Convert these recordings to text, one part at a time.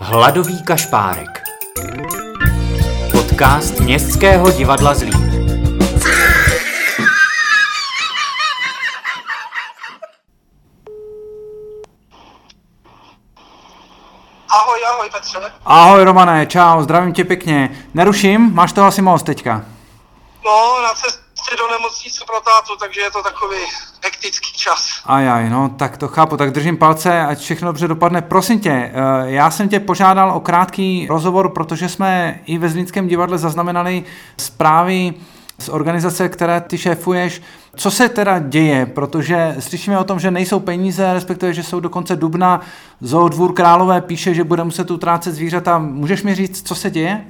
Hladový kašpárek. Podcast Městského divadla Zlín. Ahoj Petře. Ahoj Romane, čau, zdravím tě pěkně. Neruším? Máš toho asi moc teďka? No, na cestě do nemocnice pro tátu, takže je to takový hektický čas. Ajaj, no tak to chápu, tak držím palce, ať všechno dobře dopadne. Prosím tě, já jsem tě požádal o krátký rozhovor, protože jsme i ve Zlínském divadle zaznamenali zprávy z organizace, které ty šéfuješ. Co se teda děje? Protože slyšíme o tom, že nejsou peníze, respektive, že jsou do konce dubna. Zoodvůr Králové píše, že bude muset utrácet zvířata. Můžeš mi říct, co se děje?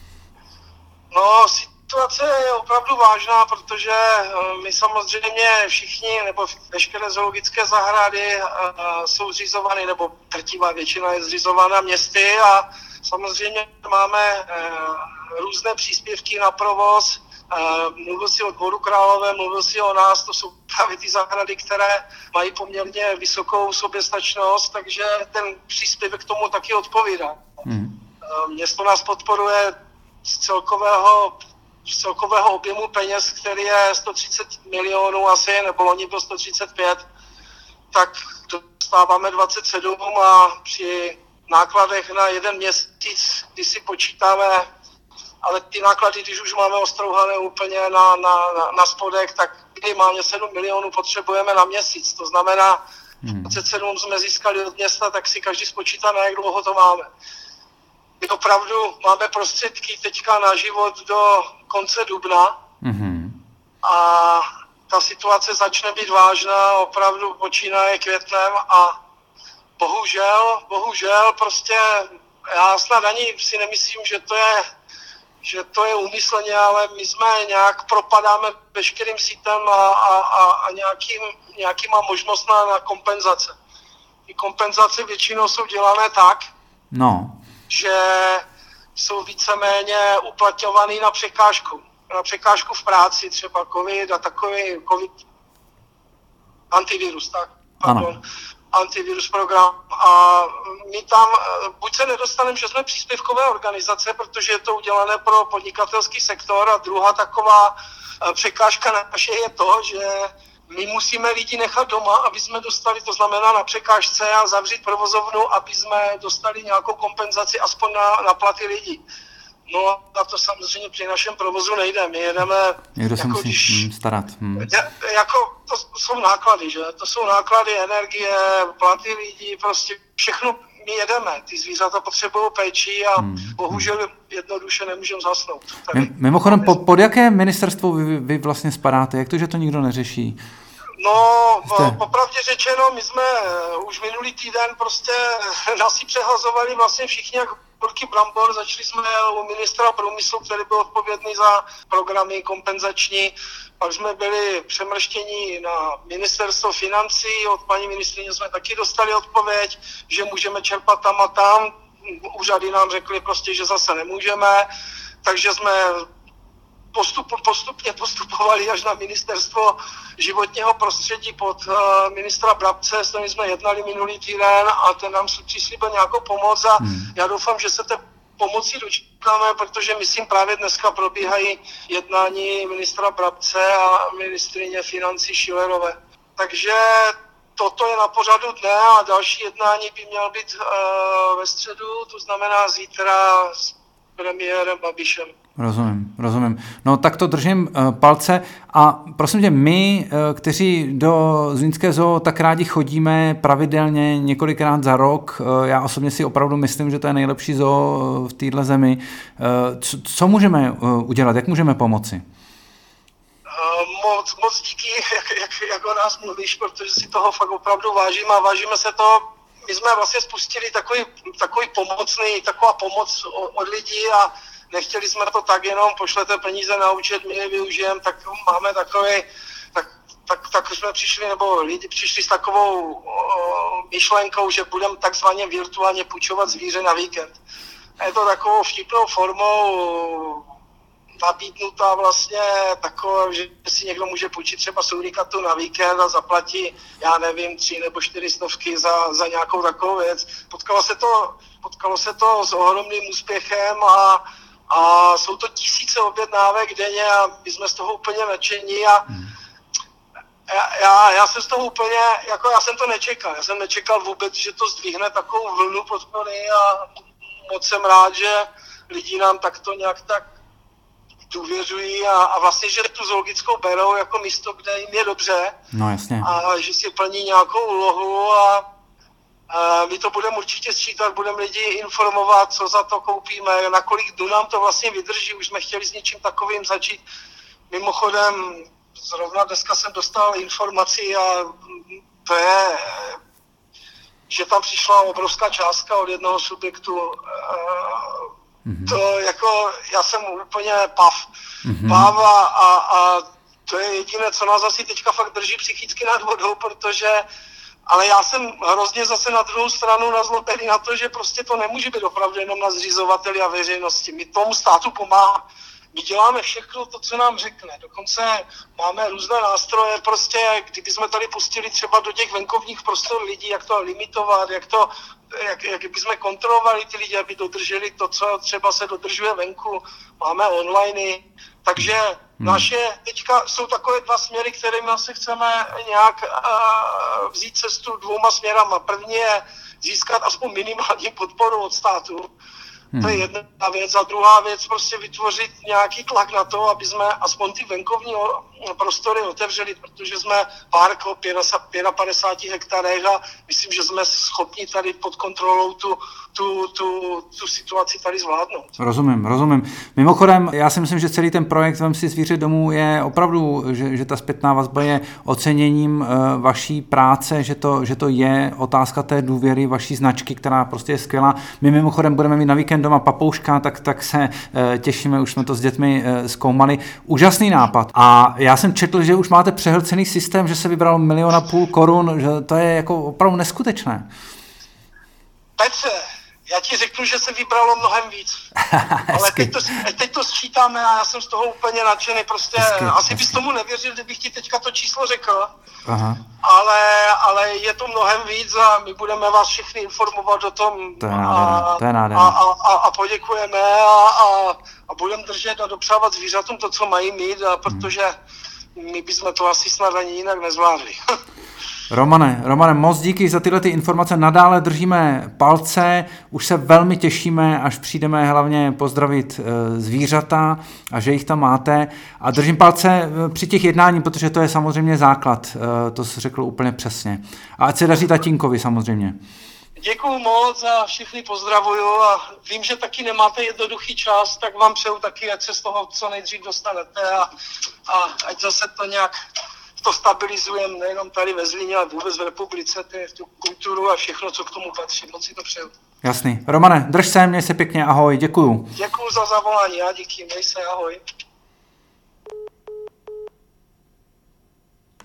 No, situace je opravdu vážná, protože my samozřejmě všichni, nebo veškeré zoologické zahrady jsou zřizovány, nebo drtivá většina je zřizována městy a samozřejmě máme různé příspěvky na provoz. Mluvil si o Dvoru Králové, mluvil si o nás, to jsou právě ty zahrady, které mají poměrně vysokou soběstačnost, takže ten příspěvek k tomu taky odpovídá. Město nás podporuje z celkového objemu peněz, který je 130 milionů asi, nebo loni bylo 135, tak dostáváme 27 a při nákladech na jeden měsíc, kdy si počítáme, ale ty náklady, když už máme ostrouhané úplně na spodek, tak minimálně 7 milionů potřebujeme na měsíc. To znamená, 27 jsme získali od města, tak si každý spočítá, na jak dlouho to máme. My opravdu máme prostředky teďka na život do konce dubna a ta situace začne být vážná, opravdu počínaje květnem a bohužel prostě já snad ani si nemyslím, že to je úmyslně, ale my jsme nějak propadáme veškerým sítem a nějakýma možnostmi na kompenzace. Ty kompenzace většinou jsou dělané tak, že jsou víceméně uplatňované na překážku v práci, třeba covid a takový covid antivirus, tak, pardon. Antivirus program a my tam buď se nedostaneme, že jsme příspěvkové organizace, protože je to udělané pro podnikatelský sektor a druhá taková překážka naše je to, že my musíme lidi nechat doma, aby jsme dostali, to znamená na překážce a zavřít provozovnu, aby jsme dostali nějakou kompenzaci aspoň na platy lidí. No a to samozřejmě při našem provozu nejde. My jedeme... Někdo se musí starat. To jsou náklady, že? To jsou náklady, energie, platy lidí, prostě všechno my jedeme. Ty zvířata potřebují péči a bohužel jednoduše nemůžeme zasnout. Mimochodem, pod jaké ministerstvo vy vlastně spadáte? Jak to, že to nikdo neřeší? No, popravdě řečeno, my jsme už minulý týden prostě nás si přehazovali vlastně všichni jak burky brambor. Začali jsme u ministra průmyslu, který byl odpovědný za programy kompenzační. Pak jsme byli přemrštěni na ministerstvo financí. Od paní ministryně jsme taky dostali odpověď, že můžeme čerpat tam a tam. Úřady nám řekli prostě, že zase nemůžeme. Takže jsme postupně postupovali až na ministerstvo životního prostředí pod ministra Brabce, s kterým jsme jednali minulý týden a ten nám přislíbil nějakou pomoc a já doufám, že se té pomoci dočkáme, protože myslím právě dneska probíhají jednání ministra Brabce a ministryně financí Schillerové. Takže toto je na pořadu dne a další jednání by mělo být ve středu, to znamená zítra s premiérem Babišem. Rozumím. No tak to držím palce a prosím tě, my, kteří do Zlínské zoo tak rádi chodíme pravidelně několikrát za rok, já osobně si opravdu myslím, že to je nejlepší zoo v téhle zemi. Co můžeme udělat, jak můžeme pomoci? Moc díky, jak o nás mluvíš, protože si toho fakt opravdu vážím a vážíme se to. My jsme vlastně spustili taková pomoc od lidí a nechtěli jsme to tak jenom, pošlete peníze na účet, my je využijeme, tak máme tak jsme přišli, nebo lidi přišli s takovou myšlenkou, že budeme takzvaně virtuálně půjčovat zvíře na víkend. A je to takovou vtipnou formou nabídnuta vlastně takové, že si někdo může půjčit třeba sundikatu na víkend a zaplatí, já nevím, 3 nebo 4 stovky za nějakou takovou věc. Potkalo se to s ohromným úspěchem a jsou to tisíce objednávek denně a my jsme z toho úplně nadšení a já jsem z toho úplně, jako já jsem to nečekal. Já jsem nečekal vůbec, že to zdvihne takovou vlnu podpory a moc jsem rád, že lidi nám takto nějak tak důvěřují a vlastně, že tu zoologickou berou jako místo, kde jim je dobře. No jasně. A že si plní nějakou úlohu a my to budeme určitě sčítat, budeme lidi informovat, co za to koupíme, na kolik dnů nám to vlastně vydrží. Už jsme chtěli s něčím takovým začít. Mimochodem, zrovna dneska jsem dostal informaci a to je, že tam přišla obrovská částka od jednoho subjektu. To jako, já jsem úplně pav a to je jediné, co nás asi teďka fakt drží psychicky nad vodou, protože, ale já jsem hrozně zase na druhou stranu nazlobený na to, že prostě to nemůže být opravdu jenom na zřizovateli a veřejnosti. My tomu státu pomáháme. My děláme všechno to, co nám řekne. Dokonce máme různé nástroje, prostě, kdybychom tady pustili třeba do těch venkovních prostor lidí, jak to limitovat, jak bychom kontrolovali ty lidi, aby dodrželi to, co třeba se dodržuje venku. Máme online, takže naše teďka jsou takové 2 směry, kterými se chceme nějak vzít cestu 2 směrama. První je získat aspoň minimální podporu od státu. To je jedna věc. A druhá věc, prostě vytvořit nějaký tlak na to, aby jsme aspoň ty venkovní prostory otevřeli, protože jsme park o 55 hektarech a myslím, že jsme schopni tady pod kontrolou tu situaci tady zvládnout. Rozumím. Mimochodem, já si myslím, že celý ten projekt Vem si zvíře domů je opravdu, že ta zpětná vazba je oceněním vaší práce, že to je otázka té důvěry, vaší značky, která prostě je skvělá. My mimochodem budeme mít na víkend doma papouška, tak se těšíme, už jsme to s dětmi zkoumali. Úžasný nápad. A já jsem četl, že už máte přehlcený systém, že se vybral 1,5 milionu korun, že to je jako opravdu neskutečné. Petře, já ti řeknu, že se vybralo mnohem víc. Ale teď to sčítáme a já jsem z toho úplně nadšený. Prostě asi bys tomu nevěřil, kdybych ti teďka to číslo řekl. Aha. Ale je to mnohem víc a my budeme vás všechny informovat o tom. To je nádherné. A poděkujeme a budeme držet a dopřávat zvířatům to, co mají mít, protože my bychom to asi snad ani jinak nezvládli. Romane, moc díky za tyhle informace. Nadále držíme palce, už se velmi těšíme, až přijdeme hlavně pozdravit zvířata a že jich tam máte. A držím palce při těch jednání, protože to je samozřejmě základ. To jsi řekl úplně přesně. A ať se daří tatínkovi samozřejmě. Děkuju moc a všechny pozdravuju a vím, že taky nemáte jednoduchý čas, tak vám přeju taky, ať se z toho co nejdřív dostanete a ať zase to nějak to stabilizujeme nejenom tady ve Zlíně, ale vůbec v republice, tu kulturu a všechno, co k tomu patří. Moc si to přeju. Jasný. Romane, drž se, měj se pěkně, ahoj, děkuju. Děkuju za zavolání, já díky, měj se, ahoj.